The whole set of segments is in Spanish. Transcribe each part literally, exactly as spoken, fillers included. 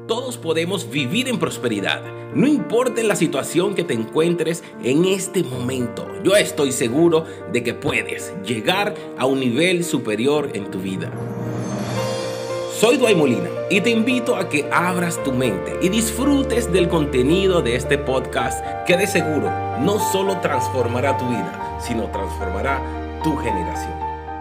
Todos podemos vivir en prosperidad, no importa la situación que te encuentres en este momento. Yo estoy seguro de que puedes llegar a un nivel superior en tu vida. Soy Dwight Molina y te invito a que abras tu mente y disfrutes del contenido de este podcast que de seguro no solo transformará tu vida, sino transformará tu generación.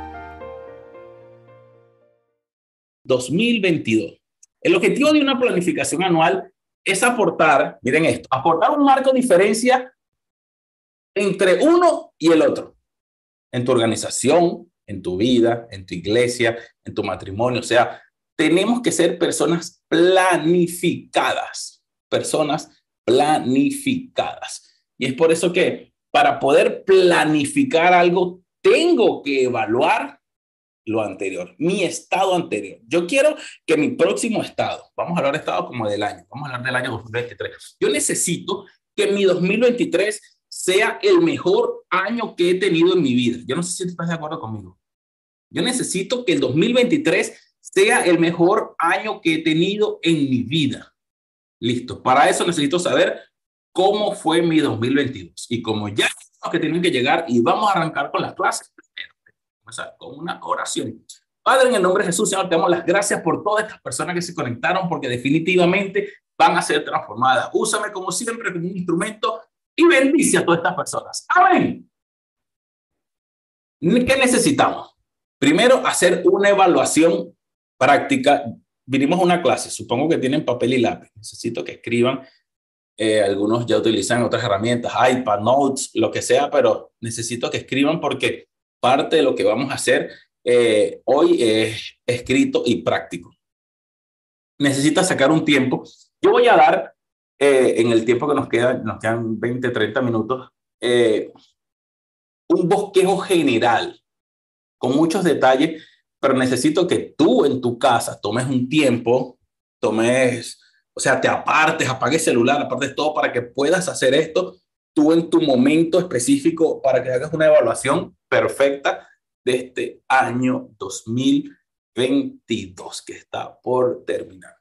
dos mil veintidós. El objetivo de una planificación anual es aportar, miren esto, aportar un marco de diferencia entre uno y el otro, en tu organización, en tu vida, en tu iglesia, en tu matrimonio. O sea, tenemos que ser personas planificadas, personas planificadas. Y es por eso que para poder planificar algo, tengo que evaluar lo anterior, mi estado anterior. Yo quiero que mi próximo estado, vamos a hablar de estado como del año, vamos a hablar del año dos mil veintitrés. Yo necesito que mi dos mil veintitrés sea el mejor año que he tenido en mi vida. Yo no sé si estás de acuerdo conmigo. Yo necesito que el dos mil veintitrés sea el mejor año que he tenido en mi vida. Listo. Para eso necesito saber cómo fue mi dos mil veintidós. Y como ya sabemos que tienen que llegar y vamos a arrancar con las clases. Comenzar con una oración. Padre, en el nombre de Jesús, Señor, te damos las gracias por todas estas personas que se conectaron, porque definitivamente van a ser transformadas. Úsame como siempre como un instrumento y bendice a todas estas personas. Amén. ¿Qué necesitamos? Primero, hacer una evaluación práctica. Vinimos a una clase, supongo que tienen papel y lápiz. Necesito que escriban. Eh, algunos ya utilizan otras herramientas, iPad, Notes, lo que sea, pero necesito que escriban porque parte de lo que vamos a hacer eh, hoy es escrito y práctico. Necesitas sacar un tiempo. Yo voy a dar, eh, en el tiempo que nos queda, nos quedan veinte, treinta minutos, eh, un bosquejo general con muchos detalles, pero necesito que tú en tu casa tomes un tiempo, tomes, o sea, te apartes, apagues el celular, apartes todo para que puedas hacer esto tú en tu momento específico para que hagas una evaluación perfecta de este año dos mil veintidós que está por terminar.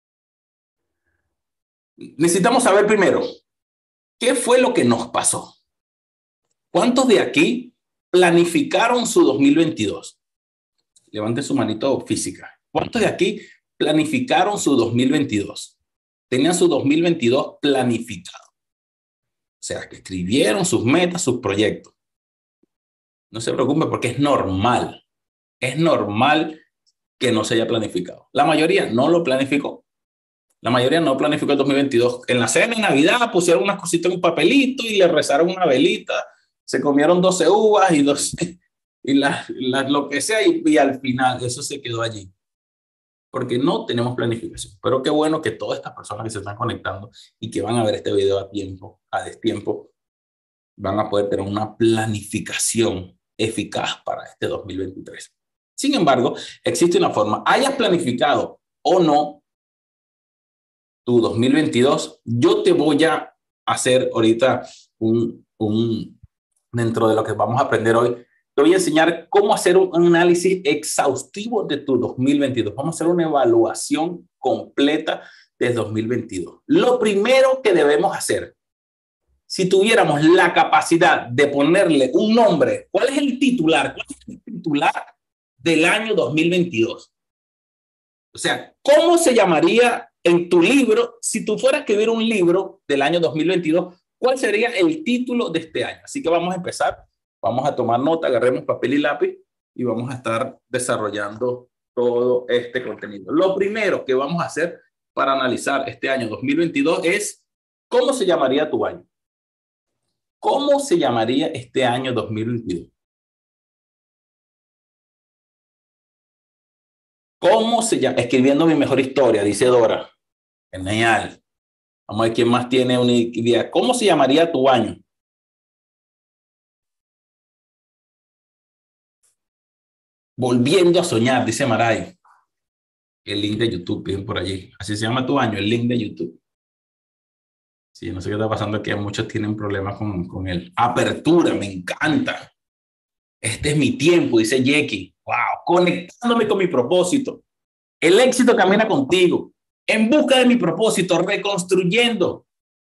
Necesitamos saber primero, ¿qué fue lo que nos pasó? ¿Cuántos de aquí planificaron su dos mil veintidós? Levante su manito física. ¿Cuántos de aquí planificaron su dos mil veintidós? Tenían su dos mil veintidós planificado. O sea, que escribieron sus metas, sus proyectos. No se preocupe porque es normal. Es normal que no se haya planificado. La mayoría no lo planificó. La mayoría no planificó el dos mil veintidós. En la cena de Navidad pusieron unas cositas en un papelito y le rezaron una velita. Se comieron doce uvas y, doce, y la, la, lo que sea. Y, y al final eso se quedó allí. Porque no tenemos planificación. Pero qué bueno que todas estas personas que se están conectando y que van a ver este video a tiempo, a destiempo, van a poder tener una planificación eficaz para este dos mil veintitrés. Sin embargo, existe una forma, hayas planificado o no tu dos mil veintidós, yo te voy a hacer ahorita un, un, dentro de lo que vamos a aprender hoy, te voy a enseñar cómo hacer un análisis exhaustivo de tu dos mil veintidós. Vamos a hacer una evaluación completa de dos mil veintidós. Lo primero que debemos hacer, si tuviéramos la capacidad de ponerle un nombre, ¿cuál es el titular? ¿Cuál es el titular del año dos mil veintidós? O sea, ¿cómo se llamaría en tu libro, si tú fueras a escribir un libro del año dos mil veintidós, cuál sería el título de este año? Así que vamos a empezar. Vamos a tomar nota, agarremos papel y lápiz y vamos a estar desarrollando todo este contenido. Lo primero que vamos a hacer para analizar este año dos mil veintidós es ¿cómo se llamaría tu año? ¿Cómo se llamaría este año dos mil veintidós? ¿Cómo se llama? Escribiendo mi mejor historia, dice Dora. Genial. Vamos a ver quién más tiene una idea. ¿Cómo se llamaría tu año? Volviendo a soñar, dice Maray. El link de YouTube, piden por allí. Así se llama tu año, el link de YouTube. Sí, no sé qué está pasando aquí. Muchos tienen problemas con, con él. Apertura, me encanta. Este es mi tiempo, dice Jackie. Wow, conectándome con mi propósito. El éxito camina contigo. En busca de mi propósito, reconstruyendo.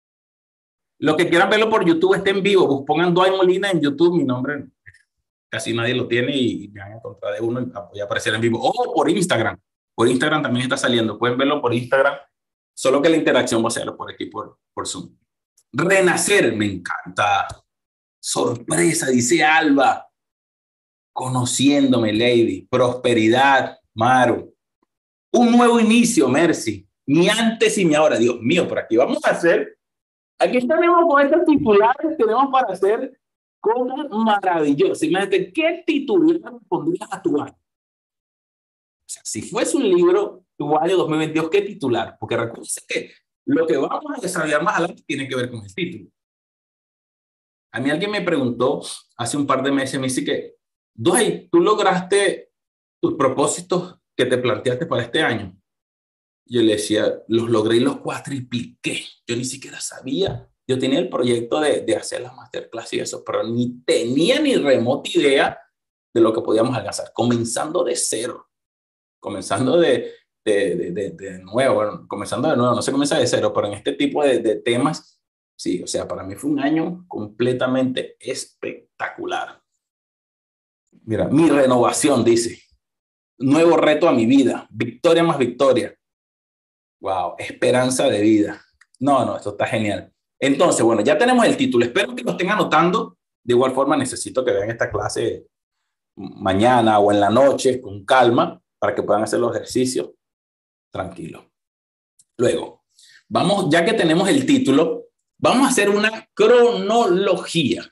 Los que quieran verlo por YouTube, está en vivo. Pongan Dwight Molina en YouTube, mi nombre casi nadie lo tiene y me van a encontrar de uno y voy a aparecer en vivo. O por Instagram. Por Instagram también está saliendo. Pueden verlo por Instagram. Solo que la interacción va a ser por aquí, por, por Zoom. Renacer, me encanta. Sorpresa, dice Alba. Conociéndome, Lady. Prosperidad, Maru. Un nuevo inicio, Mercy. Mi antes y mi ahora. Dios mío, por aquí vamos a hacer. Aquí tenemos con estos titulares, tenemos para hacer cosas maravillosas. Imagínate, ¿qué titular pondrías a tu año? O sea, si fuese un libro, tu año dos mil veintidós, ¿qué titular? Porque recuerda que lo que vamos a desarrollar más adelante tiene que ver con el título. A mí alguien me preguntó hace un par de meses, me dice que, Dwight, ¿tú lograste tus propósitos que te planteaste para este año? Yo le decía, los logré y los cuatripliqué. Yo ni siquiera sabía. Yo tenía el proyecto de, de hacer las masterclass y eso, pero ni tenía ni remota idea de lo que podíamos alcanzar. Comenzando de cero. Comenzando de, de, de, de, de nuevo. Bueno, comenzando de nuevo. No se comienza de cero, pero en este tipo de, de temas, sí, o sea, para mí fue un año completamente espectacular. Mira, mi renovación, dice. Nuevo reto a mi vida. Victoria más victoria. Wow, esperanza de vida. No, no, esto está genial. Entonces, bueno, ya tenemos el título. Espero que lo estén anotando. De igual forma, necesito que vean esta clase mañana o en la noche con calma para que puedan hacer los ejercicios tranquilos. Luego, vamos, ya que tenemos el título, vamos a hacer una cronología.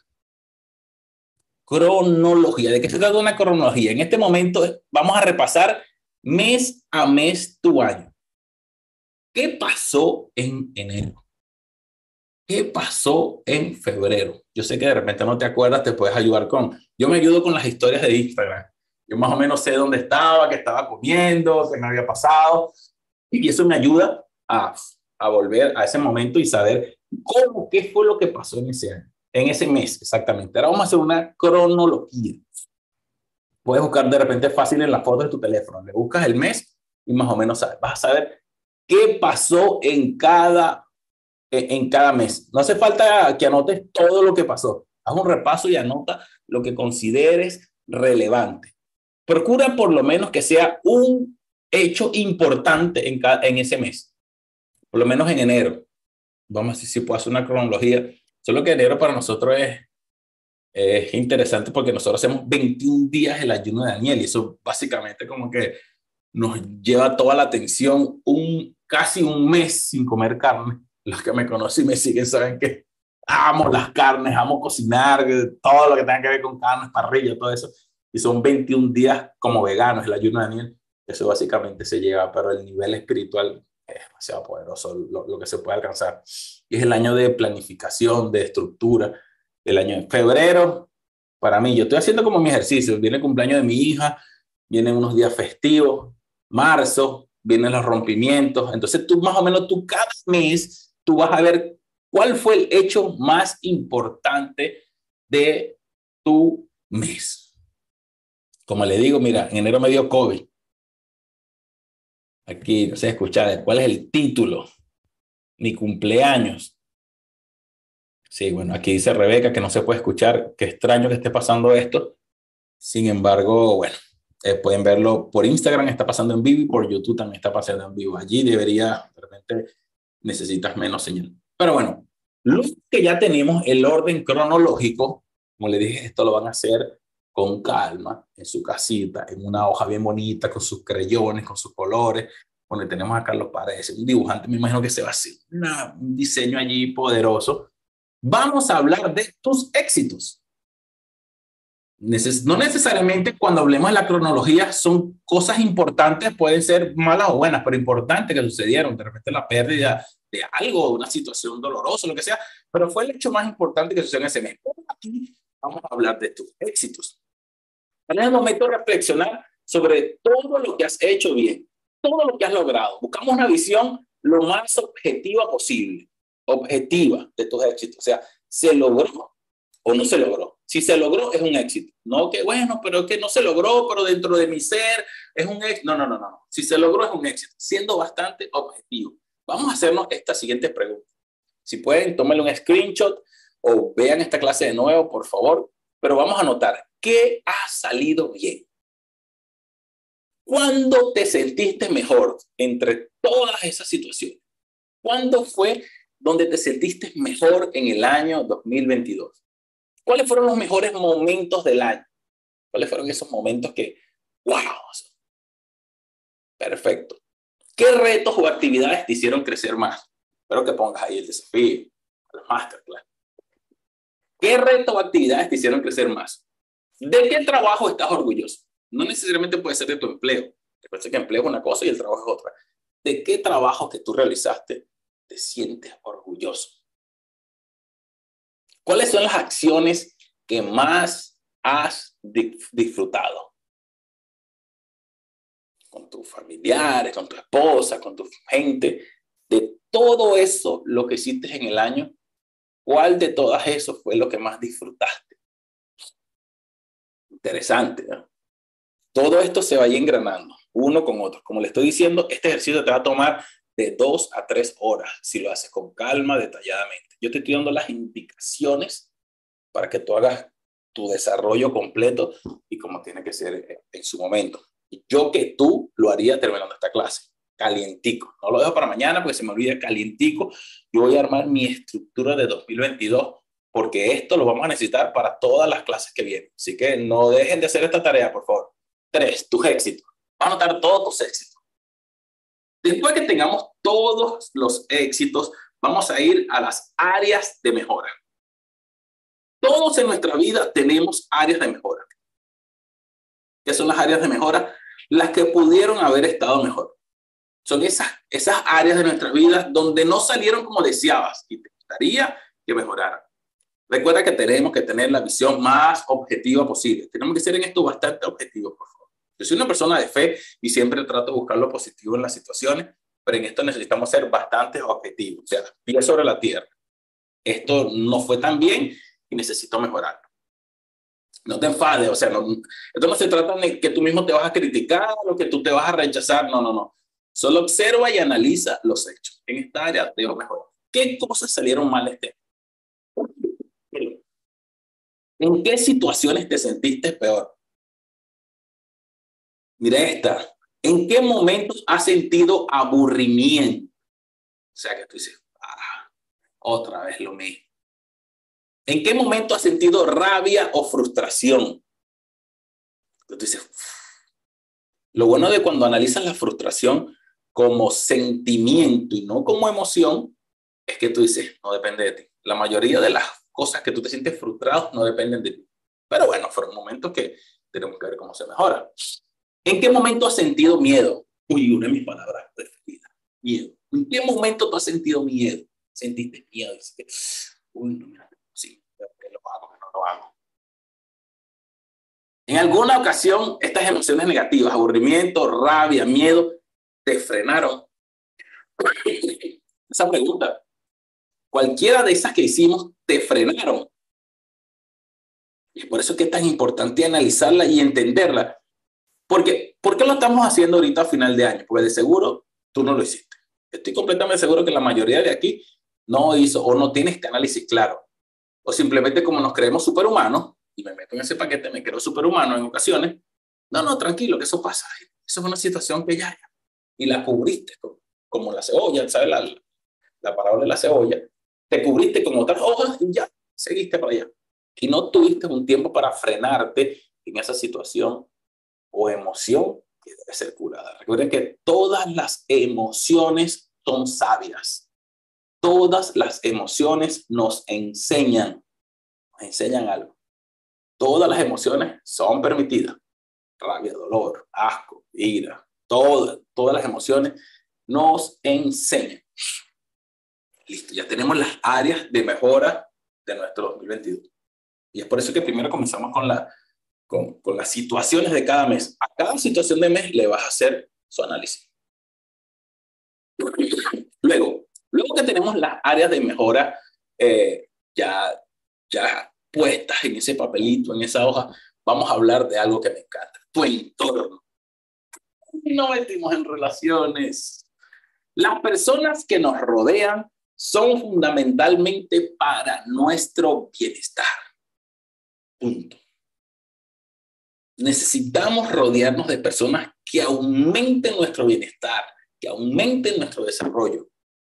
Cronología. ¿De qué se trata una cronología? En este momento vamos a repasar mes a mes tu año. ¿Qué pasó en enero? ¿Qué pasó en febrero? Yo sé que de repente no te acuerdas, te puedes ayudar con... Yo me ayudo con las historias de Instagram. Yo más o menos sé dónde estaba, qué estaba comiendo, qué me había pasado. Y eso me ayuda a, a volver a ese momento y saber cómo, qué fue lo que pasó en ese año, en ese mes exactamente. Ahora vamos a hacer una cronología. Puedes buscar de repente fácil en la foto de tu teléfono. Le buscas el mes y más o menos sabes. Vas a saber qué pasó en cada, en cada mes. No hace falta que anotes todo lo que pasó. Haz un repaso y anota lo que consideres relevante. Procura por lo menos que sea un hecho importante en, cada, en ese mes. Por lo menos en enero. Vamos a ver si puedo hacer una cronología. Solo que enero para nosotros es, es interesante porque nosotros hacemos veintiún días el ayuno de Daniel y eso básicamente como que nos lleva toda la atención, un, casi un mes sin comer carne. Los que me conocen y me siguen saben que amo las carnes, amo cocinar, todo lo que tenga que ver con carnes, parrilla, todo eso. Y son veintiún días como veganos, el ayuno de Daniel. Eso básicamente se llega, pero el nivel espiritual es demasiado poderoso lo, lo que se puede alcanzar. Y es el año de planificación, de estructura. El año de febrero, para mí, yo estoy haciendo como mi ejercicio. Viene el cumpleaños de mi hija, vienen unos días festivos. Marzo, vienen los rompimientos. Entonces tú más o menos, tú cada mes, tú vas a ver cuál fue el hecho más importante de tu mes. Como le digo, mira, en enero me dio COVID. Aquí, no sé, escuchar, ¿cuál es el título? Mi cumpleaños. Sí, bueno, aquí dice Rebeca que no se puede escuchar. Qué extraño que esté pasando esto. Sin embargo, bueno. Eh, pueden verlo por Instagram, está pasando en vivo, y por YouTube también está pasando en vivo. Allí debería, de repente, necesitas menos señal. Pero bueno, lo que ya tenemos, el orden cronológico, como le dije, esto lo van a hacer con calma, en su casita, en una hoja bien bonita, con sus creyones, con sus colores, donde tenemos a Carlos Paredes, un dibujante, me imagino que se va a hacer una, un diseño allí poderoso. Vamos a hablar de tus éxitos. No necesariamente cuando hablemos de la cronología son cosas importantes, pueden ser malas o buenas, pero importantes que sucedieron, de repente la pérdida de algo, una situación dolorosa, lo que sea, pero fue el hecho más importante que sucedió en ese mes. Aquí vamos a hablar de tus éxitos. Es el momento de reflexionar sobre todo lo que has hecho bien, todo lo que has logrado. Buscamos una visión lo más objetiva posible, objetiva de tus éxitos. O sea, ¿se logró o no se logró? Si se logró, es un éxito. No que, bueno, pero que no se logró, pero dentro de mi ser es un éxito. No, no, no, no. Si se logró, es un éxito. Siendo bastante objetivo. Vamos a hacernos estas siguientes preguntas. Si pueden, tómenle un screenshot o vean esta clase de nuevo, por favor. Pero vamos a anotar, ¿qué ha salido bien? ¿Cuándo te sentiste mejor entre todas esas situaciones? ¿Cuándo fue donde te sentiste mejor en el año dos mil veintidós? ¿Cuáles fueron los mejores momentos del año? ¿Cuáles fueron esos momentos que, wow, perfecto? ¿Qué retos o actividades te hicieron crecer más? Espero que pongas ahí el desafío, el masterclass. ¿Qué retos o actividades te hicieron crecer más? ¿De qué trabajo estás orgulloso? No necesariamente puede ser de tu empleo. Recuerda que empleo es una cosa y el trabajo es otra. ¿De qué trabajo que tú realizaste te sientes orgulloso? ¿Cuáles son las acciones que más has disfrutado? Con tus familiares, con tu esposa, con tu gente. De todo eso, lo que hiciste en el año, ¿cuál de todas eso fue lo que más disfrutaste? Interesante, ¿no? Todo esto se va a ir engranando, uno con otro. Como le estoy diciendo, este ejercicio te va a tomar de dos a tres horas, si lo haces con calma, detalladamente. Yo te estoy dando las indicaciones para que tú hagas tu desarrollo completo y como tiene que ser en su momento. Yo que tú lo haría terminando esta clase, calientico. No lo dejo para mañana porque se me olvida, calientico. Yo voy a armar mi estructura de dos mil veintidós porque esto lo vamos a necesitar para todas las clases que vienen. Así que no dejen de hacer esta tarea, por favor. Tres, tus éxitos. Vas a anotar todos tus éxitos. Después que tengamos todos los éxitos, vamos a ir a las áreas de mejora. Todos en nuestra vida tenemos áreas de mejora. ¿Qué son las áreas de mejora? Las que pudieron haber estado mejor. Son esas, esas áreas de nuestras vidas donde no salieron como deseabas y te gustaría que mejoraran. Recuerda que tenemos que tener la visión más objetiva posible. Tenemos que ser en esto bastante objetivos, por favor. Yo soy una persona de fe y siempre trato de buscar lo positivo en las situaciones, pero en esto necesitamos ser bastante objetivos. O sea, pie sobre la tierra. Esto no fue tan bien y necesito mejorarlo. No te enfades, o sea, no, esto no se trata de que tú mismo te vas a criticar o que tú te vas a rechazar, no, no, no. Solo observa y analiza los hechos. En esta área debo mejorar. ¿Qué cosas salieron mal este año? ¿En qué situaciones te sentiste peor? Mira esta. ¿En qué momentos has sentido aburrimiento? O sea, que tú dices, ah, otra vez lo mismo. ¿En qué momento has sentido rabia o frustración? Tú dices, uf. Lo bueno de cuando analizas la frustración como sentimiento y no como emoción, es que tú dices, no depende de ti. La mayoría de las cosas que tú te sientes frustrado no dependen de ti. Pero bueno, fueron momentos que tenemos que ver cómo se mejora. ¿En qué momento has sentido miedo? Uy, una de mis palabras preferidas, miedo. ¿En qué momento tú has sentido miedo? ¿Sentiste miedo? Dices, uy, no, mira, sí, lo hago, no lo hago. En alguna ocasión, estas emociones negativas, aburrimiento, rabia, miedo, te frenaron. Esa pregunta, cualquiera de esas que hicimos, te frenaron. Y por eso es que es tan importante analizarla y entenderla. Porque, ¿por qué lo estamos haciendo ahorita a final de año? Porque de seguro tú no lo hiciste. Estoy completamente seguro que la mayoría de aquí no hizo o no tiene este análisis claro. O simplemente como nos creemos superhumanos, y me meto en ese paquete, me creo superhumano en ocasiones. No, no, tranquilo, que eso pasa. Eso es una situación que ya, y la cubriste como, como la cebolla, ¿sabes? La, la parábola de la cebolla. Te cubriste con otras hojas y ya, seguiste para allá. Y no tuviste un tiempo para frenarte en esa situación o emoción que debe ser curada. Recuerden que todas las emociones son sabias. Todas las emociones nos enseñan, nos enseñan algo. Todas las emociones son permitidas. Rabia, dolor, asco, ira, todas, todas las emociones nos enseñan. Listo, ya tenemos las áreas de mejora de nuestro dos mil veintidós. Y es por eso que primero comenzamos con, la, con, con las situaciones de cada mes. A cada situación de mes le vas a hacer su análisis. Luego, luego que tenemos las áreas de mejora, eh, ya, ya puestas en ese papelito, en esa hoja, vamos a hablar de algo que me encanta, tu entorno. No metimos en relaciones. Las personas que nos rodean son fundamentalmente para nuestro bienestar. Punto. Necesitamos rodearnos de personas que aumenten nuestro bienestar, que aumenten nuestro desarrollo.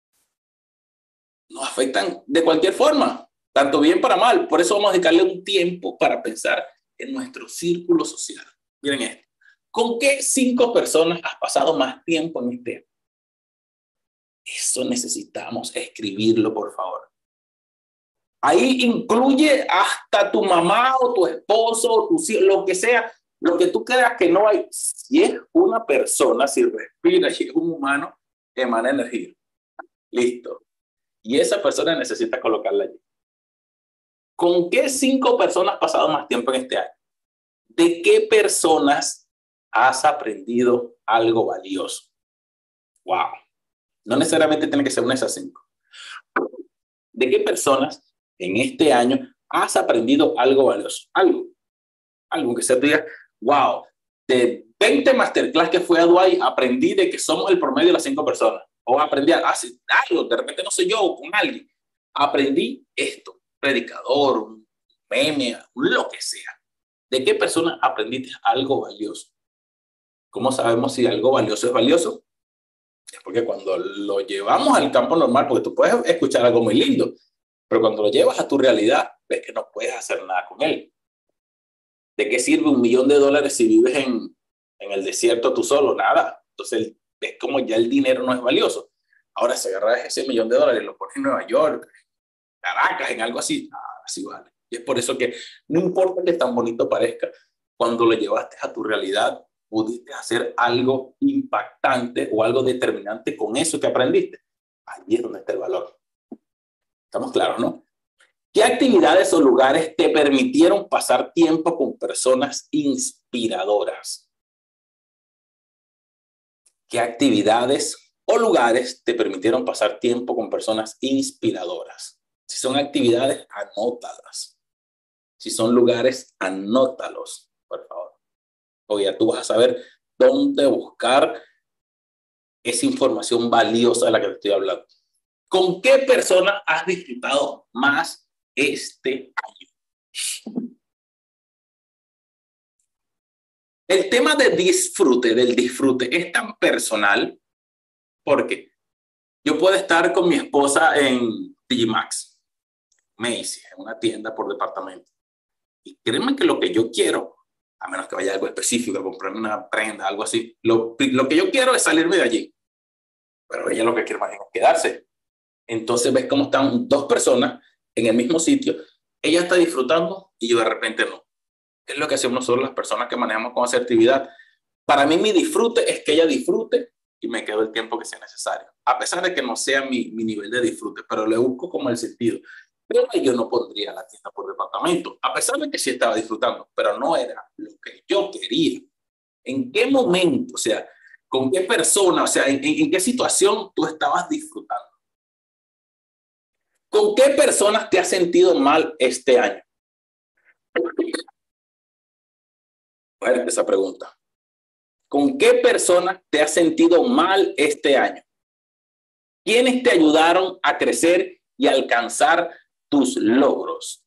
Nos afectan de cualquier forma, tanto bien para mal. Por eso vamos a dedicarle un tiempo para pensar en nuestro círculo social. Miren esto. ¿Con qué cinco personas has pasado más tiempo en este año? Eso necesitamos escribirlo, por favor. Ahí incluye hasta tu mamá o tu esposo, o tu, lo que sea, lo que tú creas que no hay. Si es una persona, si respira, si es un humano, emana energía. Listo. Y esa persona necesita colocarla allí. ¿Con qué cinco personas has pasado más tiempo en este año? ¿De qué personas has aprendido algo valioso? Wow. No necesariamente tiene que ser una de esas cinco. ¿De qué personas en este año has aprendido algo valioso? Algo. Algo que se te diga, wow, de veinte masterclass que fui a Dubái, aprendí de que somos el promedio de las cinco personas. O aprendí hacer algo, de repente no sé yo, con alguien. Aprendí esto, predicador, un meme, lo que sea. ¿De qué persona aprendiste algo valioso? ¿Cómo sabemos si algo valioso es valioso? Es porque cuando lo llevamos al campo normal, porque tú puedes escuchar algo muy lindo, pero cuando lo llevas a tu realidad, ves que no puedes hacer nada con él. ¿De qué sirve un millón de dólares si vives en, en el desierto tú solo? Nada. Entonces, ves como ya el dinero no es valioso. Ahora, si agarras ese millón de dólares y lo pones en Nueva York, Caracas, en algo así, ah, así vale. Y es por eso que no importa que tan bonito parezca, cuando lo llevaste a tu realidad, pudiste hacer algo impactante o algo determinante con eso que aprendiste. Allí es donde está el valor. ¿Estamos claros, no? ¿Qué actividades o lugares te permitieron pasar tiempo con personas inspiradoras? ¿Qué actividades o lugares te permitieron pasar tiempo con personas inspiradoras? Si son actividades, anótalas. Si son lugares, anótalos, por favor. O ya tú vas a saber dónde buscar esa información valiosa de la que te estoy hablando. ¿Con qué persona has disfrutado más este año? El tema de disfrute, del disfrute, es tan personal porque yo puedo estar con mi esposa en T J Maxx, Macy's, en una tienda por departamento. Y créanme que lo que yo quiero, a menos que vaya algo específico, comprarme una prenda, algo así, lo, lo que yo quiero es salirme de allí. Pero ella lo que quiere más bien es quedarse. Entonces ves cómo están dos personas en el mismo sitio. Ella está disfrutando y yo de repente no. ¿Qué es lo que hacemos nosotros las personas que manejamos con asertividad? Para mí mi disfrute es que ella disfrute y me quedo el tiempo que sea necesario. A pesar de que no sea mi, mi nivel de disfrute, pero le busco como el sentido. Pero yo no pondría la tienda por departamento, a pesar de que sí estaba disfrutando, pero no era lo que yo quería. ¿En qué momento, o sea, con qué persona, o sea, en, en, en qué situación tú estabas disfrutando? ¿Con qué personas te has sentido mal este año? Fuerte esa pregunta. ¿Con qué personas te has sentido mal este año? ¿Quiénes te ayudaron a crecer y alcanzar tus logros?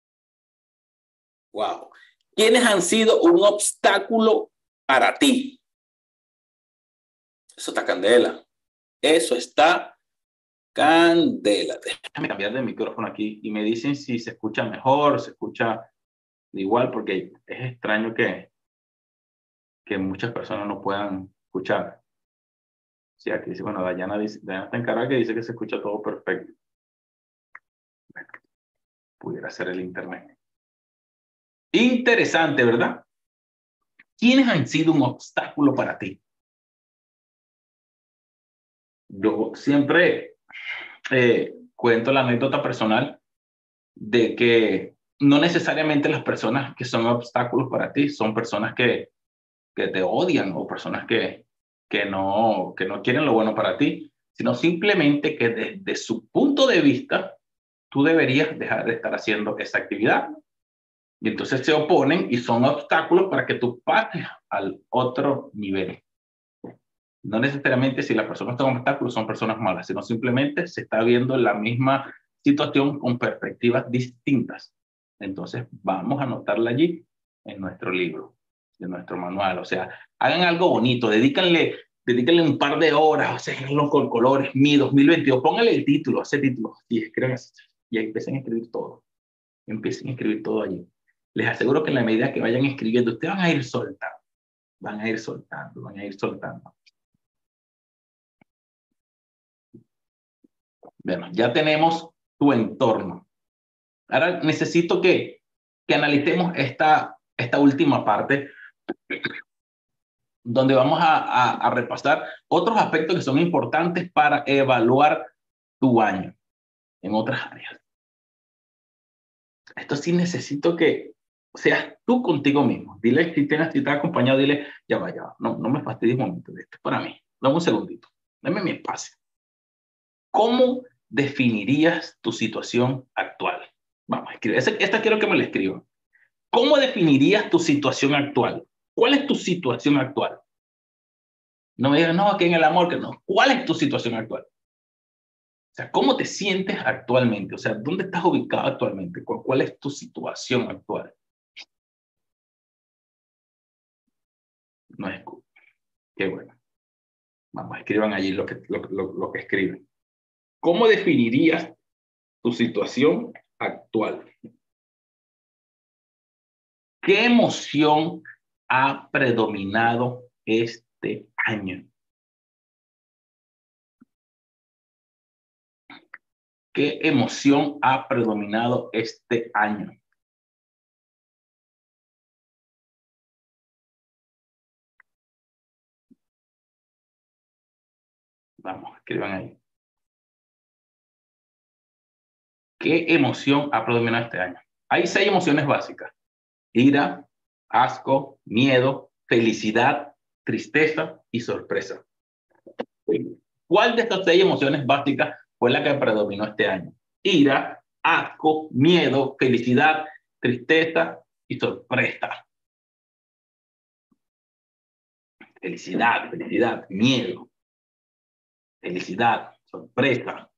Wow. ¿Quiénes han sido un obstáculo para ti? Eso está candela. Eso está candela. Déjame cambiar de micrófono aquí y me dicen si se escucha mejor, se escucha igual, porque es extraño que, que muchas personas no puedan escuchar. Sí, aquí dice, bueno, Dayana, dice, Dayana está en Caracas y dice que se escucha todo perfecto. Bueno, pudiera ser el internet. Interesante, ¿verdad? ¿Quiénes han sido un obstáculo para ti? Yo siempre eh, cuento la anécdota personal de que no necesariamente las personas que son obstáculos para ti son personas que, que te odian o personas que, que, no, que no quieren lo bueno para ti, sino simplemente que desde su punto de vista tú deberías dejar de estar haciendo esa actividad Y entonces se oponen y son obstáculos para que tú pases al otro nivel. No necesariamente si las personas son obstáculos son personas malas, sino simplemente se está viendo la misma situación con perspectivas distintas. Entonces vamos a anotarla allí en nuestro libro, en nuestro manual. O sea, hagan algo bonito, dedícanle, dedícanle un par de horas, o sea, háganlo con colores, mi dos mil veintidós, pónganle el título, ese título, y escriban, y empiecen a escribir todo. Empiecen a escribir todo allí. Les aseguro que en la medida que vayan escribiendo, ustedes van a ir soltando, van a ir soltando, van a ir soltando. Bueno, ya tenemos tu entorno. Ahora necesito que, que analicemos esta, esta última parte, donde vamos a, a, a repasar otros aspectos que son importantes para evaluar tu año en otras áreas. Esto sí necesito que seas tú contigo mismo. Dile, si tienes, si estás acompañado, dile, ya va, ya va, no, no me fastidies un momento de esto, para mí. Dame un segundito, dame mi espacio. ¿Cómo definirías tu situación actual? Vamos a escribir. Esta quiero que me la escriban. ¿Cómo definirías tu situación actual? ¿Cuál es tu situación actual? No me digas, no, que en el amor, que no. ¿Cuál es tu situación actual? O sea, ¿cómo te sientes actualmente? O sea, ¿dónde estás ubicado actualmente? ¿Cuál, cuál es tu situación actual? No es qué bueno. Vamos, escriban allí lo que, lo, lo, lo que escriben. ¿Cómo definirías tu situación actual? ¿Qué emoción ha predominado este año? ¿Qué emoción ha predominado este año? Vamos, escriban ahí. ¿Qué emoción ha predominado este año? Hay seis emociones básicas: ira, asco, miedo, felicidad, tristeza y sorpresa. ¿Cuál de estas seis emociones básicas fue la que predominó este año? Ira, asco, miedo, felicidad, tristeza y sorpresa. Felicidad, felicidad, miedo, felicidad, sorpresa.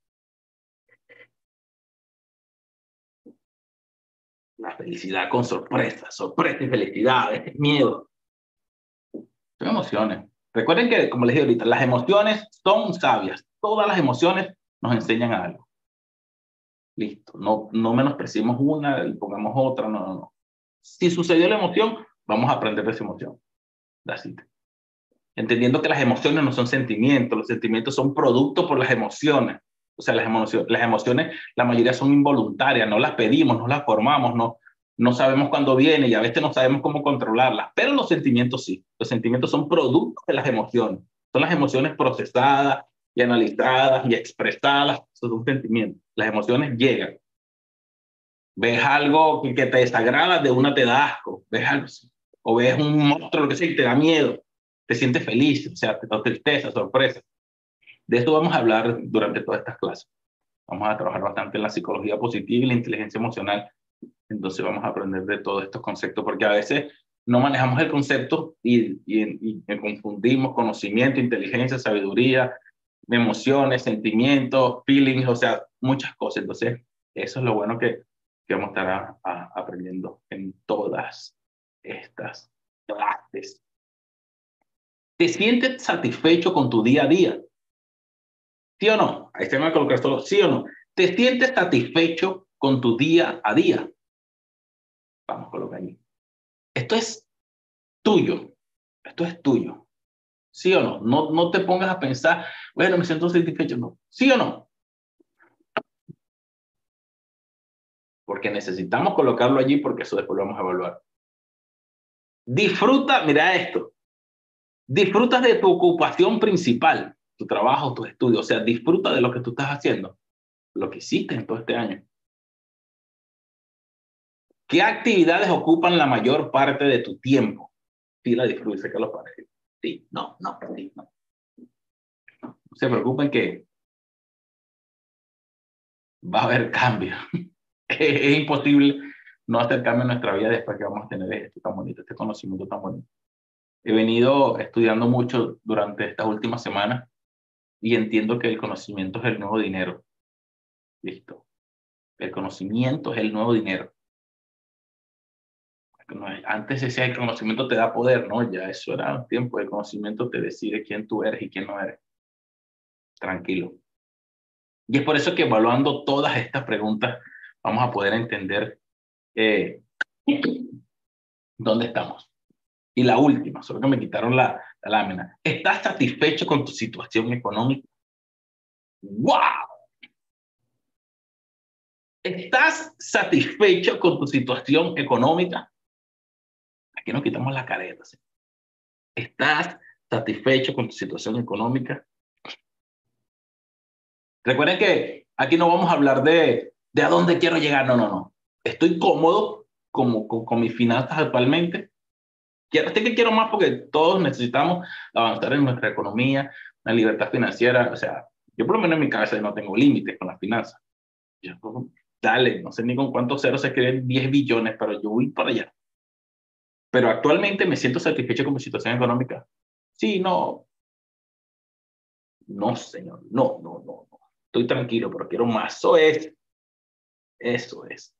La felicidad con sorpresa, sorpresa y felicidad, es miedo. Son emociones. Recuerden que, como les dije ahorita, las emociones son sabias. Todas las emociones nos enseñan algo. Listo. No, no menospreciemos una y pongamos otra. No, no, no. Si sucedió la emoción, vamos a aprender de esa emoción. Así. Entendiendo que las emociones no son sentimientos. Los sentimientos son producto por las emociones. O sea, las emociones, las emociones, la mayoría son involuntarias. No las pedimos, no las formamos, no, no sabemos cuándo viene y a veces no sabemos cómo controlarlas. Pero los sentimientos sí. Los sentimientos son productos de las emociones. Son las emociones procesadas y analizadas y expresadas. Esos son sentimientos. Las emociones llegan. Ves algo que te desagrada, de una te da asco. Ves algo, o ves un monstruo, lo que sea, y te da miedo. Te sientes feliz, o sea, te da tristeza, sorpresa. De esto vamos a hablar durante todas estas clases. Vamos a trabajar bastante en la psicología positiva y la inteligencia emocional. Entonces vamos a aprender de todos estos conceptos, porque a veces no manejamos el concepto y, y, y confundimos conocimiento, inteligencia, sabiduría, emociones, sentimientos, feelings, o sea, muchas cosas. Entonces, eso es lo bueno que, que vamos a estar a, a, aprendiendo en todas estas clases. ¿Te sientes satisfecho con tu día a día? ¿Sí o no? Ahí se me va a colocar solo, ¿sí o no? ¿Te sientes satisfecho con tu día a día? Vamos a colocar ahí. Esto es tuyo. Esto es tuyo. ¿Sí o no? No, no te pongas a pensar, bueno, me siento satisfecho. No. ¿Sí o no? Porque necesitamos colocarlo allí porque eso después lo vamos a evaluar. Disfruta, mira esto. Disfrutas de tu ocupación principal, tu trabajo, tus estudios. O sea, disfruta de lo que tú estás haciendo, lo que hiciste en todo este año. ¿Qué actividades ocupan la mayor parte de tu tiempo? Sí, la disfruto, sé que lo parece. Sí, no, no, sí, no. No se preocupen que va a haber cambio. Es imposible no acercarme a nuestra vida después que vamos a tener esto tan bonito, este conocimiento tan bonito. He venido estudiando mucho durante estas últimas semanas y entiendo que el conocimiento es el nuevo dinero. Listo. El conocimiento es el nuevo dinero. Antes decía el conocimiento te da poder, ¿no? Ya eso era un tiempo. El conocimiento te decide quién tú eres y quién no eres. Tranquilo. Y es por eso que evaluando todas estas preguntas vamos a poder entender eh, dónde estamos. Y la última, solo que me quitaron la, la lámina. ¿Estás satisfecho con tu situación económica? ¡Wow! ¿Estás satisfecho con tu situación económica? Aquí nos quitamos la careta. ¿Sí? ¿Estás satisfecho con tu situación económica? Recuerden que aquí no vamos a hablar de, de a dónde quiero llegar. No, no, no. Estoy cómodo como, con, con mis finanzas actualmente. Quiero, sé que quiero más porque todos necesitamos avanzar en nuestra economía, la libertad financiera. O sea, yo por lo menos en mi cabeza no tengo límites con las finanzas. Yo, dale, no sé ni con cuántos ceros se escriben diez billones, pero yo voy para allá. Pero actualmente me siento satisfecho con mi situación económica. Sí, no. No, señor. No, no, no, no. Estoy tranquilo, pero quiero más. Eso es. Eso es.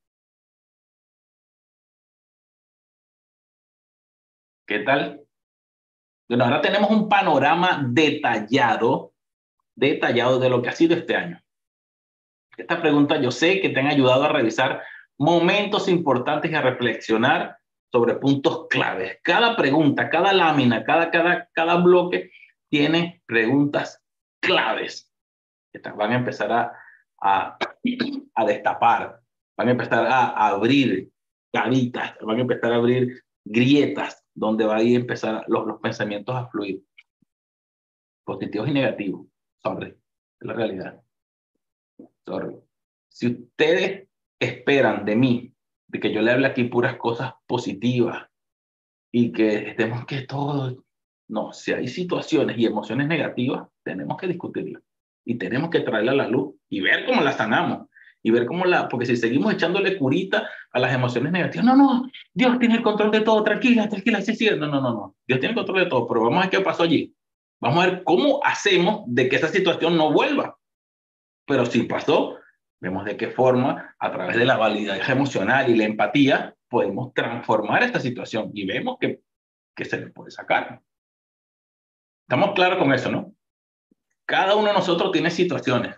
¿Qué tal? Bueno, ahora tenemos un panorama detallado, detallado de lo que ha sido este año. Esta pregunta yo sé que te han ayudado a revisar momentos importantes y a reflexionar sobre puntos claves. Cada pregunta, cada lámina, cada, cada, cada bloque tiene preguntas claves. Estas van a empezar a, a, a destapar, van a empezar a, a abrir caritas, van a empezar a abrir grietas donde van a empezar los, los pensamientos a fluir, positivos y negativos. Sorry, es la realidad. Sorry. Si ustedes esperan de mí, de que yo le hable aquí puras cosas positivas y que estemos que todo, no, si hay situaciones y emociones negativas, tenemos que discutirlas y tenemos que traerla a la luz y ver cómo la sanamos y ver cómo la, porque si seguimos echándole curita a las emociones negativas, no, no, Dios tiene el control de todo, tranquila, tranquila, sí, sí, no, no, no, no, Dios tiene el control de todo, pero vamos a ver qué pasó allí. Vamos a ver cómo hacemos de que esa situación no vuelva. Pero si pasó, vemos de qué forma, a través de la validez emocional y la empatía, podemos transformar esta situación y vemos que, que se le puede sacar. Estamos claros con eso, ¿no? Cada uno de nosotros tiene situaciones.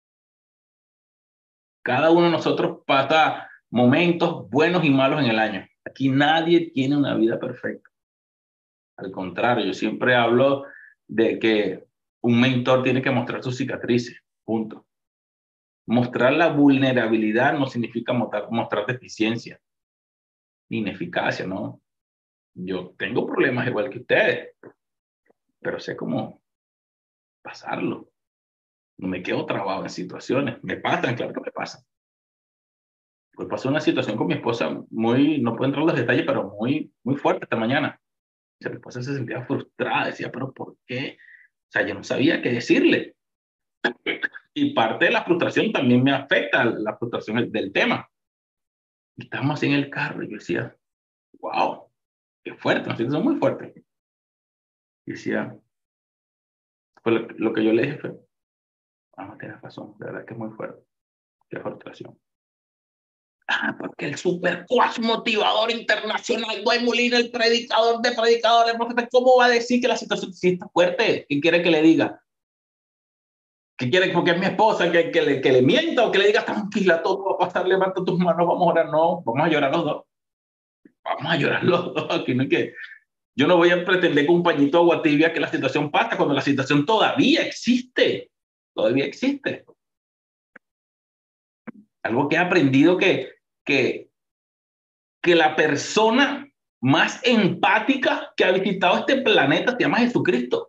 Cada uno de nosotros pasa momentos buenos y malos en el año. Aquí nadie tiene una vida perfecta. Al contrario, yo siempre hablo de que un mentor tiene que mostrar sus cicatrices, punto. Mostrar la vulnerabilidad no significa mostrar, mostrar deficiencia, ni ineficacia, ¿no? Yo tengo problemas igual que ustedes, pero sé cómo pasarlo. No me quedo trabado en situaciones. Me pasan, claro que me pasan. Pues pasó una situación con mi esposa muy, no puedo entrar en los detalles, pero muy, muy fuerte esta mañana. O sea, mi esposa se sentía frustrada, decía, pero ¿por qué? O sea, yo no sabía qué decirle. Y parte de la frustración también me afecta, la frustración del tema. Y estábamos en el carro y yo decía, wow, qué fuerte, una situación muy fuerte. Y decía, pues lo, lo que yo le dije fue, ah, tienes razón, de verdad que es muy fuerte, qué frustración. Ah, porque el super coach motivador internacional, Dwight Molina, el predicador de predicadores, el profeta, ¿cómo va a decir que la situación sí está fuerte? ¿Qué quiere que le diga? ¿Qué quiere? Porque es mi esposa, que, que, le, que le mienta o que le diga, tranquila, todo va a pasar, levanta tus manos, vamos a orar. No, vamos a llorar los dos. Vamos a llorar los dos. Aquí no hay que... Yo no voy a pretender con un pañito de agua tibia que la situación pasa cuando la situación todavía existe. Todavía existe. Algo que he aprendido que, que, que la persona más empática que ha visitado este planeta se llama Jesucristo.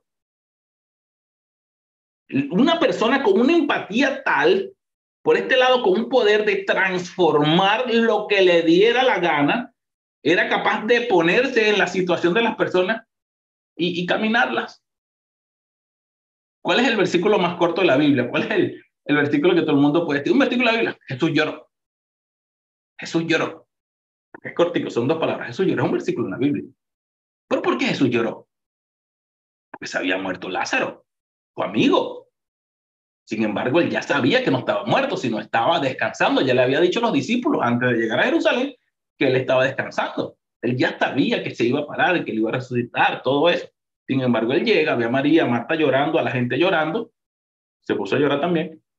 Una persona con una empatía tal, por este lado, con un poder de transformar lo que le diera la gana, era capaz de ponerse en la situación de las personas y, y caminarlas. ¿Cuál es el versículo más corto de la Biblia? ¿Cuál es el, el versículo que todo el mundo puede decir? Un versículo de la Biblia. Jesús lloró. Jesús lloró. Es cortico, son dos palabras. Jesús lloró, es un versículo en la Biblia. ¿Pero por qué Jesús lloró? Porque se había muerto Lázaro, tu amigo. Sin embargo, él ya sabía que no estaba muerto, sino estaba descansando. Ya le había dicho a los discípulos antes de llegar a Jerusalén que él estaba descansando. Él ya sabía que se iba a parar, que él iba a resucitar, todo eso. Sin embargo, él llega, ve a María, a Marta llorando, a la gente llorando, se puso a llorar también. ¿En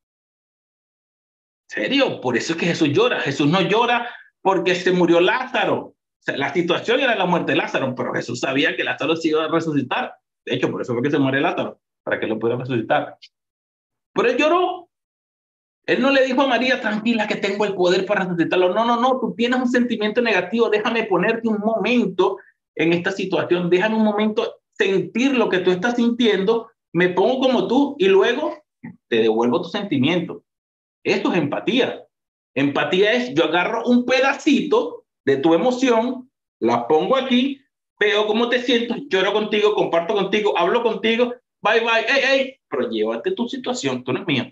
serio? Por eso es que Jesús llora. Jesús no llora porque se murió Lázaro. O sea, la situación era la muerte de Lázaro, pero Jesús sabía que Lázaro se iba a resucitar. De hecho, por eso fue que se muere Lázaro, para que lo pudiera resucitar. Pero él lloró. Él no le dijo a María, tranquila, que tengo el poder para resucitarlo. No, no, no, tú tienes un sentimiento negativo. Déjame ponerte un momento en esta situación. Déjame un momento sentir lo que tú estás sintiendo. Me pongo como tú y luego te devuelvo tu sentimiento. Esto es empatía. Empatía es, yo agarro un pedacito de tu emoción, la pongo aquí, veo cómo te sientes, lloro contigo, comparto contigo, hablo contigo, bye, bye, hey, hey, pero llévate tu situación, tú no es mía.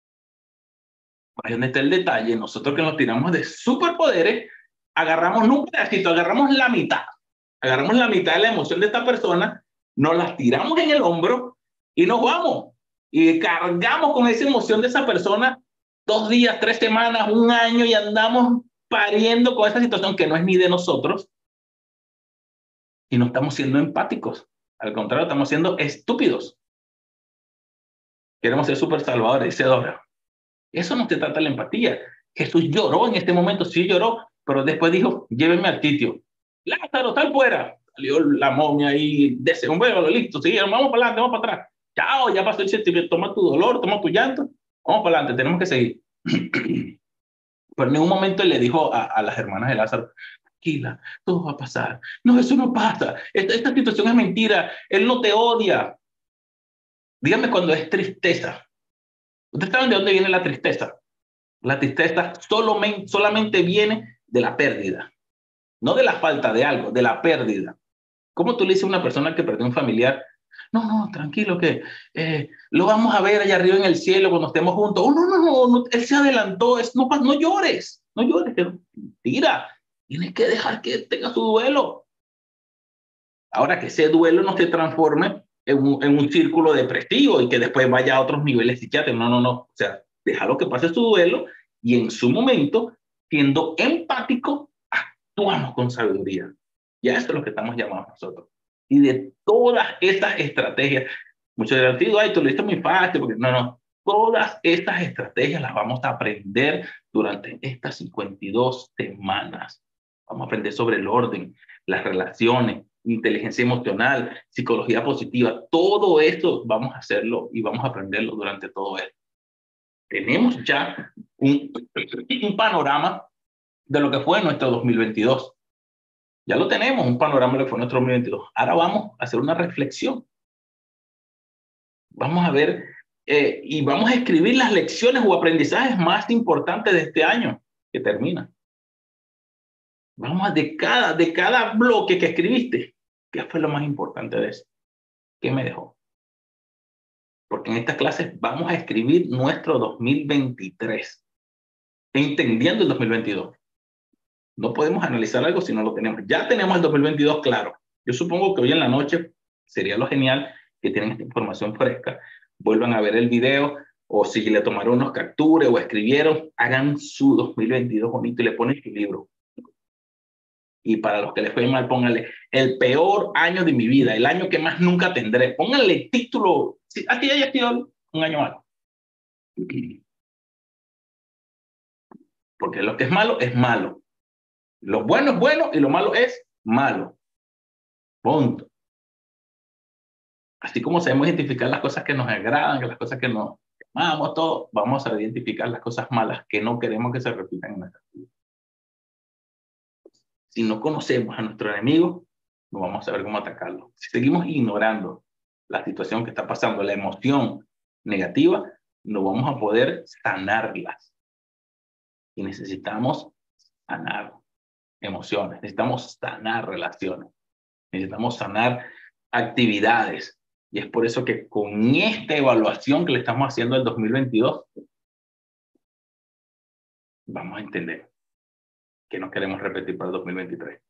Ahí donde está el detalle, nosotros que nos tiramos de superpoderes, agarramos no un pedacito, agarramos la mitad, agarramos la mitad de la emoción de esta persona, nos la tiramos en el hombro y nos vamos. Y cargamos con esa emoción de esa persona dos días, tres semanas, un año y andamos pariendo con esa situación que no es ni de nosotros y no estamos siendo empáticos. Al contrario, estamos siendo estúpidos. Queremos ser super salvadores, dice Dora. Eso no se trata de la empatía. Jesús lloró en este momento, sí lloró, pero después dijo, llévenme al sitio. Lázaro, sal fuera. Salió la momia ahí, de un vuelo, listo, sí, vamos para adelante, vamos para atrás. Chao, ya pasó el sentimiento, toma tu dolor, toma tu llanto, vamos para adelante, tenemos que seguir. Pero en ningún momento le dijo a, a las hermanas de Lázaro, tranquila, todo va a pasar. No, eso no pasa. Esta, esta situación es mentira. Él no te odia. Dígame cuando es tristeza. ¿Ustedes saben de dónde viene la tristeza? La tristeza solamente, solamente viene de la pérdida, no de la falta de algo, de la pérdida. ¿Cómo tú le dices a una persona que perdió un familiar? No, no, tranquilo, que eh, lo vamos a ver allá arriba en el cielo cuando estemos juntos. Oh, no, no, no, no, él se adelantó, es, no, no llores, no llores, mentira, tienes que dejar que tenga su duelo. Ahora que ese duelo no se transforme en un, en un círculo depresivo y que después vaya a otros niveles psiquiátricos. No, no, no. O sea, déjalo que pase su duelo y en su momento, siendo empático, actuamos con sabiduría. Y a eso es lo que estamos llamados nosotros. Y de todas estas estrategias, muchos dirán, ay, tú lo hiciste muy fácil, porque no, no. Todas estas estrategias las vamos a aprender durante estas cincuenta y dos semanas. Vamos a aprender sobre el orden, las relaciones, inteligencia emocional, psicología positiva. Todo esto vamos a hacerlo y vamos a aprenderlo durante todo esto. Tenemos ya un, un panorama de lo que fue nuestro dos mil veintidós. Ya lo tenemos, un panorama de lo que fue nuestro dos mil veintidós. Ahora vamos a hacer una reflexión. Vamos a ver eh, y vamos a escribir las lecciones o aprendizajes más importantes de este año que termina. Vamos a de cada, de cada bloque que escribiste, ¿qué fue lo más importante de eso? ¿Qué me dejó? Porque en estas clases vamos a escribir nuestro dos mil veintitrés, entendiendo el dos mil veintidós. No podemos analizar algo si no lo tenemos. Ya tenemos el dos mil veintidós claro. Yo supongo que hoy en la noche sería lo genial que tienen esta información fresca. Vuelvan a ver el video o si le tomaron unos capturas o escribieron, hagan su dos mil veintidós bonito y le ponen su libro. Y para los que les fue mal, pónganle el peor año de mi vida, el año que más nunca tendré. Pónganle título, sí, aquí haya sido un año malo. Porque lo que es malo es malo. Lo bueno es bueno y lo malo es malo. Punto. Así como sabemos identificar las cosas que nos agradan, las cosas que nos amamos, todo, vamos a identificar las cosas malas que no queremos que se repitan en nuestra vida. Si no conocemos a nuestro enemigo, no vamos a saber cómo atacarlo. Si seguimos ignorando la situación que está pasando, la emoción negativa, no vamos a poder sanarlas. Y necesitamos sanar emociones, necesitamos sanar relaciones, necesitamos sanar actividades. Y es por eso que con esta evaluación que le estamos haciendo al dos mil veintidós, vamos a entender que no queremos repetir para el dos mil veintitrés.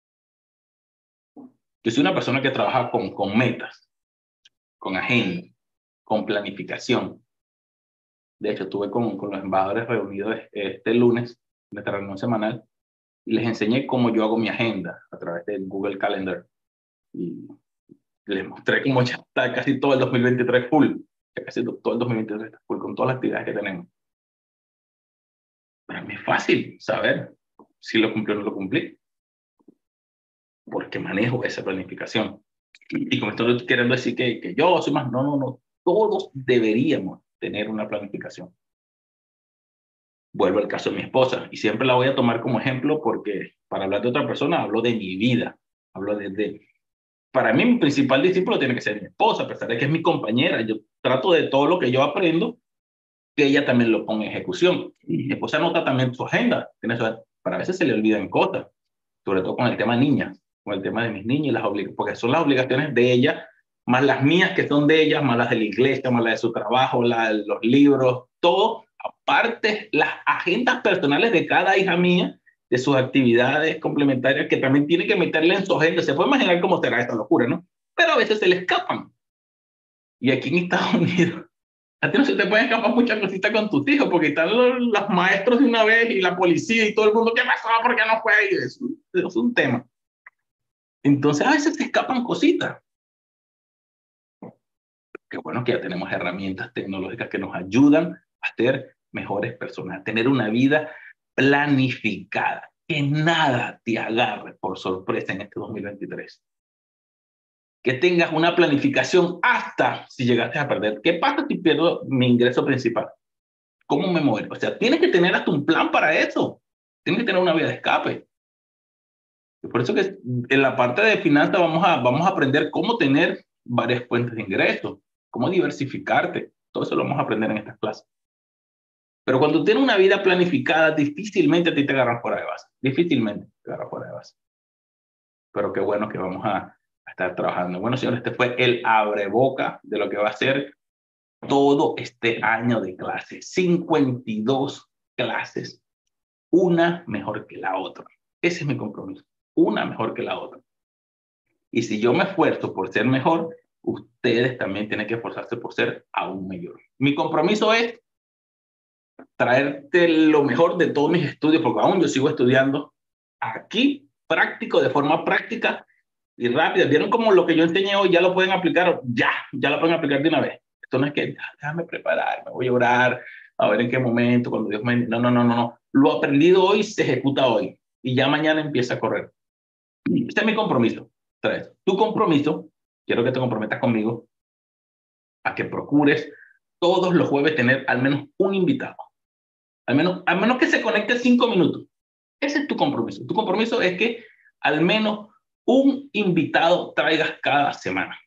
Yo soy una persona que trabaja con, con metas, con agenda, con planificación. De hecho, estuve con, con los embajadores reunidos este lunes, en nuestra reunión semanal, y les enseñé cómo yo hago mi agenda a través de Google Calendar. Y les mostré cómo ya está casi todo el dos mil veintitrés full. Ya casi todo el dos mil veintitrés está full con todas las actividades que tenemos. Para mí es fácil saber si lo cumplí o no lo cumplí, porque manejo esa planificación. Y, y con esto no estoy queriendo decir que, que yo soy más, no, no, no. Todos deberíamos tener una planificación. Vuelvo al caso de mi esposa, y siempre la voy a tomar como ejemplo porque para hablar de otra persona hablo de mi vida, hablo de, de... Para mí mi principal discípulo tiene que ser mi esposa, a pesar de que es mi compañera. Yo trato de todo lo que yo aprendo, que ella también lo ponga en ejecución. Y mi esposa anota también su agenda, tiene su... para a veces se le olvidan cosas, sobre todo con el tema niñas, con el tema de mis niñas, y las oblig... porque son las obligaciones de ella, más las mías que son de ellas, más las de la iglesia, más las de su trabajo, la, los libros, todo. Aparte, las agendas personales de cada hija mía, de sus actividades complementarias, que también tiene que meterle en su agenda. Se puede imaginar cómo será esta locura, ¿no? Pero a veces se le escapan. Y aquí en Estados Unidos, a ti no se te pueden escapar muchas cositas con tus hijos, porque están los, los maestros de una vez y la policía y todo el mundo, ¿qué pasó? ¿Por qué no fue? Y es, es un tema. Entonces a veces se escapan cositas. Qué bueno que ya tenemos herramientas tecnológicas que nos ayudan a ser mejores personas, a tener una vida planificada, que nada te agarre por sorpresa en este dos mil veintitrés. Que tengas una planificación hasta si llegaste a perder. ¿Qué pasa si pierdo mi ingreso principal? ¿Cómo me muero? O sea, tienes que tener hasta un plan para eso. Tienes que tener una vía de escape. Por eso que en la parte de finanzas vamos a, vamos a aprender cómo tener varias fuentes de ingresos, cómo diversificarte. Todo eso lo vamos a aprender en estas clases. Pero cuando tienes una vida planificada, difícilmente a ti te agarran fuera de base. Difícilmente te agarran fuera de base. Pero qué bueno que vamos a, a estar trabajando. Bueno, señores, este fue el abreboca de lo que va a ser todo este año de clases. cincuenta y dos clases. Una mejor que la otra. Ese es mi compromiso. Una mejor que la otra. Y si yo me esfuerzo por ser mejor, ustedes también tienen que esforzarse por ser aún mejor. Mi compromiso es traerte lo mejor de todos mis estudios, porque aún yo sigo estudiando aquí, práctico, de forma práctica y rápida. ¿Vieron cómo lo que yo enseñé hoy ya lo pueden aplicar? Ya, ya lo pueden aplicar de una vez. Esto no es que, déjame preparar, me voy a orar, a ver en qué momento, cuando Dios me... No, no, no, no, no. Lo aprendido hoy se ejecuta hoy y ya mañana empieza a correr. Este es mi compromiso. Tres. Tu compromiso, quiero que te comprometas conmigo a que procures todos los jueves tener al menos un invitado. Al menos, al menos que se conecte cinco minutos. Ese es tu compromiso. Tu compromiso es que al menos un invitado traigas cada semana.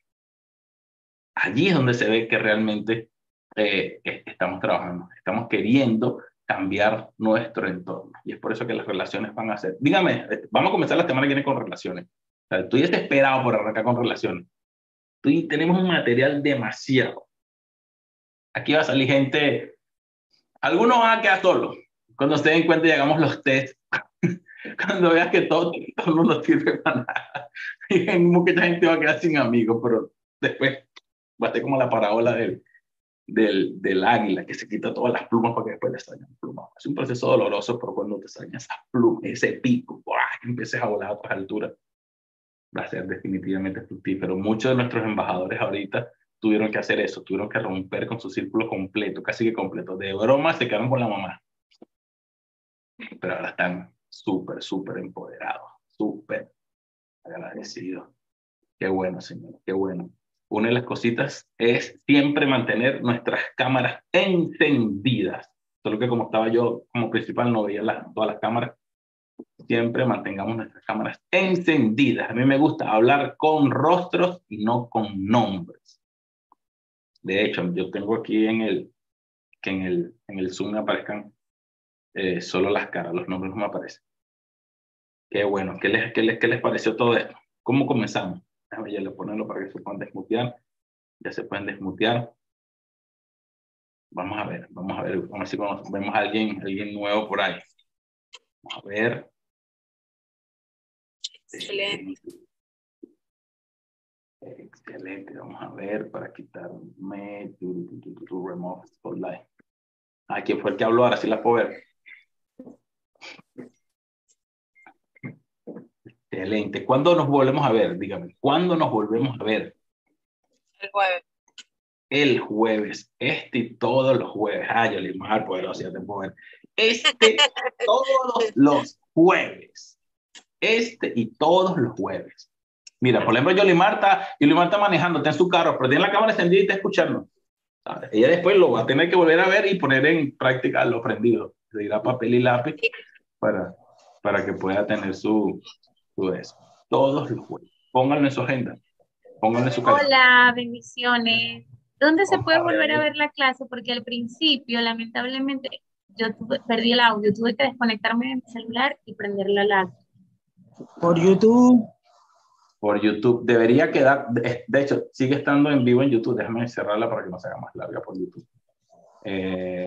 Allí es donde se ve que realmente eh, estamos trabajando. Estamos queriendo cambiar nuestro entorno. Y es por eso que las relaciones van a ser... Dígame, vamos a comenzar la semana que viene con relaciones. O sea, estoy desesperado por arrancar con relaciones. Estoy, tenemos un material demasiado. Aquí va a salir gente... Algunos van a quedar solos. Cuando se den cuenta y hagamos los test, cuando veas que todo, todo el mundo sirve para nada. Y mucha gente va a quedar sin amigos, pero después va a ser como la parábola del, del, del águila, que se quita todas las plumas para que después le salgan plumas. Es un proceso doloroso, pero cuando te salen esas plumas, ese pico, ¡buah!, que empieces a volar a otras alturas, va a ser definitivamente fructífero. Muchos de nuestros embajadores ahorita tuvieron que hacer eso, tuvieron que romper con su círculo completo, casi que completo. De broma se quedaron con la mamá. Pero ahora están súper, súper empoderados, súper agradecidos. Qué bueno, señor, qué bueno. Una de las cositas es siempre mantener nuestras cámaras encendidas. Solo que como estaba yo como principal, no veía las, todas las cámaras. Siempre mantengamos nuestras cámaras encendidas. A mí me gusta hablar con rostros y no con nombres. De hecho, yo tengo aquí en el, que en el, en el Zoom me aparezcan eh, solo las caras, los nombres no me aparecen. Qué bueno. ¿Qué les, qué les, qué les pareció todo esto? ¿Cómo comenzamos? Déjame ya le ponerlo para que se puedan desmutear. Ya se pueden desmutear. Vamos a ver, vamos a ver, vamos a ver si vemos a alguien, alguien nuevo por ahí. Vamos a ver. Excelente. Excelente, vamos a ver para quitarme tu, tu, tu, tu, tu remove spotlight. Ah, ¿quién fue el que habló? Ahora sí la puedo ver. Excelente. ¿Cuándo nos volvemos a ver? Dígame, ¿cuándo nos volvemos a ver? El jueves. El jueves. Este y todos los jueves. Ah, yo le más poderoso, ya te puedo ver. Este, todos los jueves. Este y todos los jueves. Mira, por ejemplo, Yolimar está, Yolimar está manejando, está en su carro, pero tiene la cámara encendida y está escuchando. ¿Sabes? Ella después lo va a tener que volver a ver y poner en práctica lo aprendido. Le dirá papel y lápiz para, para que pueda tener su, su eso. Todos los jueves. Pónganlo en su agenda. Pónganlo en su calendario. Hola, bendiciones. ¿Dónde se Vamos puede a ver volver a ahí. ver la clase? Porque al principio, lamentablemente, yo tuve- perdí el audio, tuve que desconectarme de mi celular y prender la laptop. Por YouTube. Por YouTube. Debería quedar, de, de hecho, sigue estando en vivo en YouTube. Déjame cerrarla para que no se haga más larga por YouTube. Eh,